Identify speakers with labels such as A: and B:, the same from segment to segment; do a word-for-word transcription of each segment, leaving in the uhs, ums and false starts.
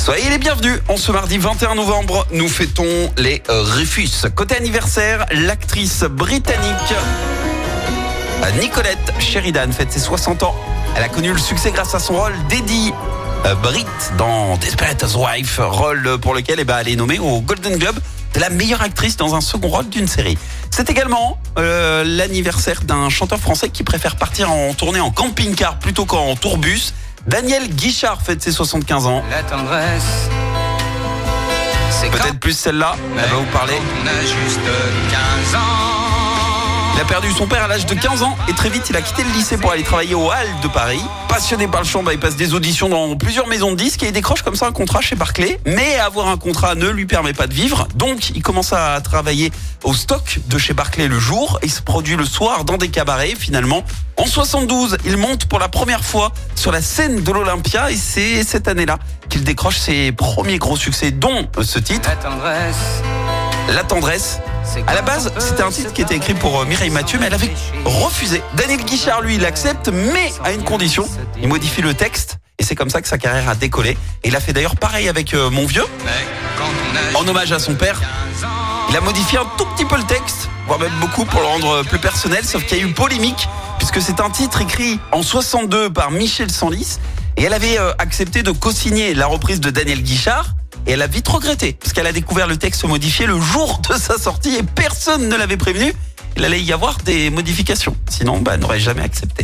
A: Soyez les bienvenus. En ce mardi vingt et un novembre, nous fêtons les Rufus. Côté anniversaire, l'actrice britannique Nicolette Sheridan fête ses soixante ans. Elle a connu le succès grâce à son rôle d'Eddie Britt dans Desperate Housewives, rôle pour lequel eh ben, elle est nommée au Golden Globe de la meilleure actrice dans un second rôle d'une série. C'est également euh, l'anniversaire d'un chanteur français qui préfère partir en tournée en camping-car plutôt qu'en tourbus. Daniel Guichard fête ses soixante-quinze ans.
B: La tendresse, c'est
A: peut-être plus celle-là, elle va vous parler.
B: On a juste quinze ans.
A: Il a perdu son père à l'âge de quinze ans et très vite il a quitté le lycée pour aller travailler aux Halles de Paris. Passionné par le chant, bah, il passe des auditions dans plusieurs maisons de disques et il décroche comme ça un contrat chez Barclay. Mais avoir un contrat ne lui permet pas de vivre, donc il commence à travailler au stock de chez Barclay le jour et se produit le soir dans des cabarets. Finalement, en soixante-douze, il monte pour la première fois sur la scène de l'Olympia et c'est cette année-là qu'il décroche ses premiers gros succès, dont ce titre.
B: La tendresse.
A: La tendresse. À la base, c'était un titre qui était écrit pour Mireille Mathieu, mais elle avait refusé. Daniel Guichard, lui, il accepte, mais à une condition. Il modifie le texte, et c'est comme ça que sa carrière a décollé. Et il a fait d'ailleurs pareil avec euh, Mon Vieux, en hommage à son père. Il a modifié un tout petit peu le texte, voire même beaucoup pour le rendre plus personnel, sauf qu'il y a eu polémique, puisque c'est un titre écrit en soixante-deux par Michel Sanlis, et elle avait euh, accepté de co-signer la reprise de Daniel Guichard. Et elle a vite regretté, parce qu'elle a découvert le texte modifié le jour de sa sortie et personne ne l'avait prévenu. Il allait y avoir des modifications. Sinon, bah, elle n'aurait jamais accepté.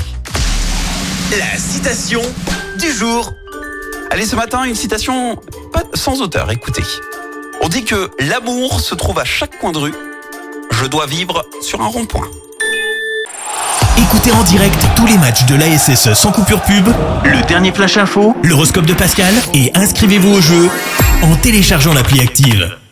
A: La citation du jour. Allez, ce matin, une citation pas sans auteur, écoutez. On dit que l'amour se trouve à chaque coin de rue. Je dois vivre sur un rond-point.
C: Écoutez en direct tous les matchs de l'A S S sans coupure pub, le dernier flash info, l'horoscope de Pascal et inscrivez-vous au jeu en téléchargeant l'appli Active.